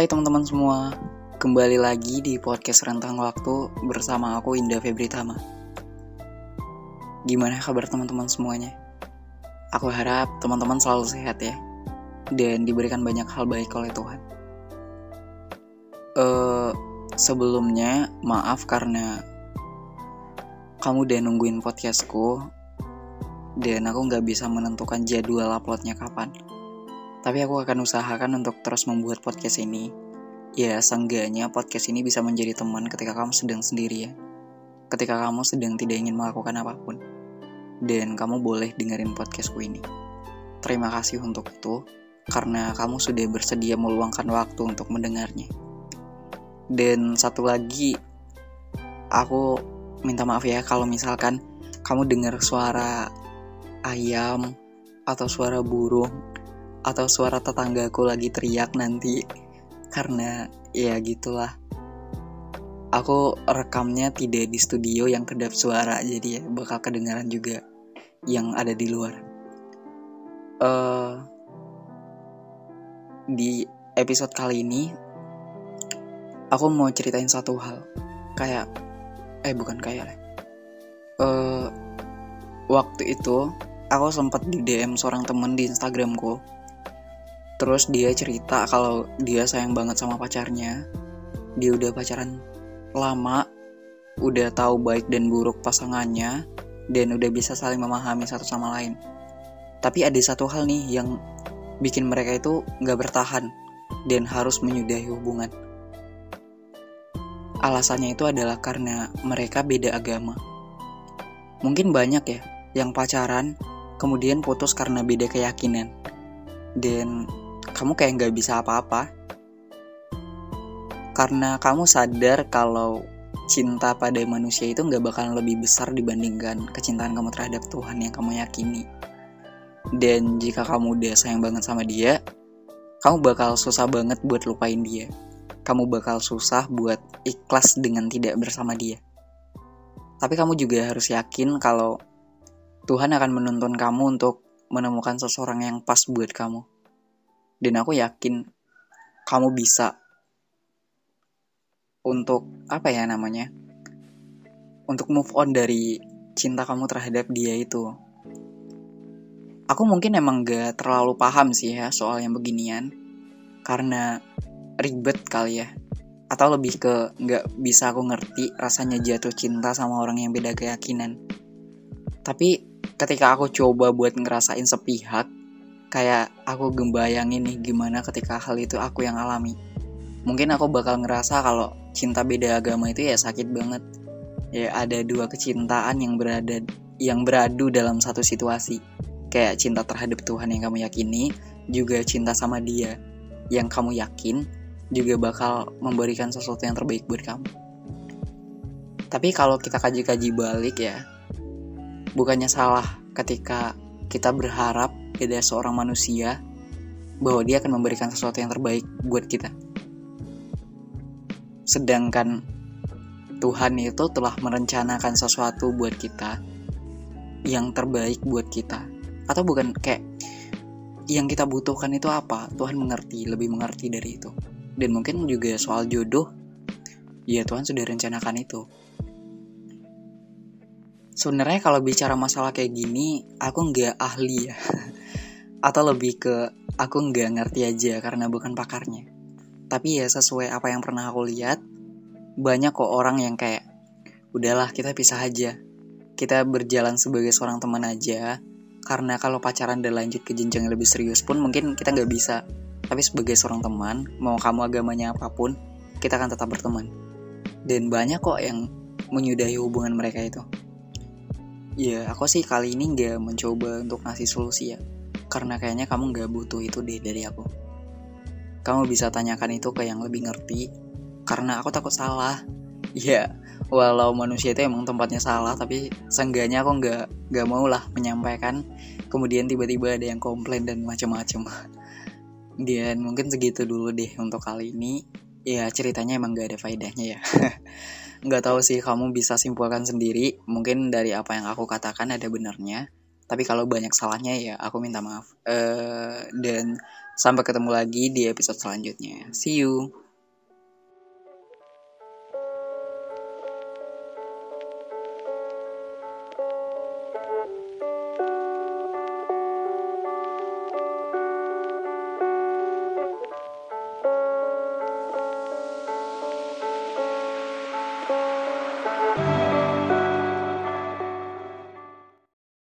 Hai teman-teman semua, kembali lagi di podcast Rentang Waktu bersama aku Indah Febritama. Gimana kabar teman-teman semuanya? Aku harap teman-teman selalu sehat ya, dan diberikan banyak hal baik oleh Tuhan. Sebelumnya maaf karena kamu udah nungguin podcastku, dan aku gak bisa menentukan jadwal uploadnya kapan. Tapi aku akan usahakan untuk terus membuat podcast ini. Ya, seenggaknya podcast ini bisa menjadi teman ketika kamu sedang sendirian. Ketika kamu sedang tidak ingin melakukan apapun. Dan kamu boleh dengerin podcastku ini. Terima kasih untuk itu, karena kamu sudah bersedia meluangkan waktu untuk mendengarnya. Dan satu lagi, aku minta maaf ya kalau misalkan kamu dengar suara ayam, atau suara burung, atau suara tetanggaku lagi teriak nanti, karena ya gitulah. Aku rekamnya tidak di studio yang kedap suara, jadi ya bakal kedengaran juga yang ada di luar. Di episode kali ini aku mau ceritain satu hal. Waktu itu aku sempat di DM seorang temen di Instagramku. Terus dia cerita kalau dia sayang banget sama pacarnya. Dia udah pacaran lama, udah tahu baik dan buruk pasangannya, dan udah bisa saling memahami satu sama lain. Tapi ada satu hal nih yang bikin mereka itu gak bertahan dan harus menyudahi hubungan. Alasannya itu adalah karena mereka beda agama. Mungkin banyak ya yang pacaran kemudian putus karena beda keyakinan. Dan kamu kayak gak bisa apa-apa, karena kamu sadar kalau cinta pada manusia itu gak bakalan lebih besar dibandingkan kecintaan kamu terhadap Tuhan yang kamu yakini. Dan jika kamu udah sayang banget sama dia, kamu bakal susah banget buat lupain dia. Kamu bakal susah buat ikhlas dengan tidak bersama dia. Tapi kamu juga harus yakin kalau Tuhan akan menuntun kamu untuk menemukan seseorang yang pas buat kamu. Dan aku yakin kamu bisa untuk untuk move on dari cinta kamu terhadap dia itu. Aku mungkin emang gak terlalu paham sih ya soal yang beginian, karena ribet kali ya. Atau lebih ke gak bisa aku ngerti rasanya jatuh cinta sama orang yang beda keyakinan. Tapi ketika aku coba buat ngerasain sepihak, kayak aku gembayangin nih gimana ketika hal itu aku yang alami. Mungkin aku bakal ngerasa kalau cinta beda agama itu ya sakit banget. Ya ada dua kecintaan yang beradu dalam satu situasi. Kayak cinta terhadap Tuhan yang kamu yakini, juga cinta sama dia yang kamu yakin juga bakal memberikan sesuatu yang terbaik buat kamu. Tapi kalau kita kaji-kaji balik ya, bukannya salah ketika kita berharap ada seorang manusia bahwa dia akan memberikan sesuatu yang terbaik buat kita. Sedangkan Tuhan itu telah merencanakan sesuatu buat kita yang terbaik buat kita. Atau bukan kayak yang kita butuhkan itu apa, Tuhan lebih mengerti dari itu. Dan mungkin juga soal jodoh, ya Tuhan sudah rencanakan itu. Sebenarnya kalau bicara masalah kayak gini, aku gak ahli ya. Atau lebih ke aku gak ngerti aja karena bukan pakarnya. Tapi ya sesuai apa yang pernah aku lihat, banyak kok orang yang kayak, udahlah kita pisah aja, kita berjalan sebagai seorang teman aja. Karena kalau pacaran dan lanjut ke jenjang yang lebih serius pun mungkin kita gak bisa. Tapi sebagai seorang teman, mau kamu agamanya apapun, kita akan tetap berteman. Dan banyak kok yang menyudahi hubungan mereka itu. Ya aku sih kali ini gak mencoba untuk ngasih solusi ya, karena kayaknya kamu gak butuh itu deh dari aku. Kamu bisa tanyakan itu ke yang lebih ngerti, karena aku takut salah. Ya walau manusia itu emang tempatnya salah, tapi seenggaknya aku gak mau lah menyampaikan, kemudian tiba-tiba ada yang komplain dan macam-macam. Dan mungkin segitu dulu deh untuk kali ini. Ya ceritanya emang gak ada faedahnya ya. Gak tahu sih, kamu bisa simpulkan sendiri. Mungkin dari apa yang aku katakan ada benarnya, tapi kalau banyak salahnya ya aku minta maaf. Dan Sampai ketemu lagi di episode selanjutnya. See you.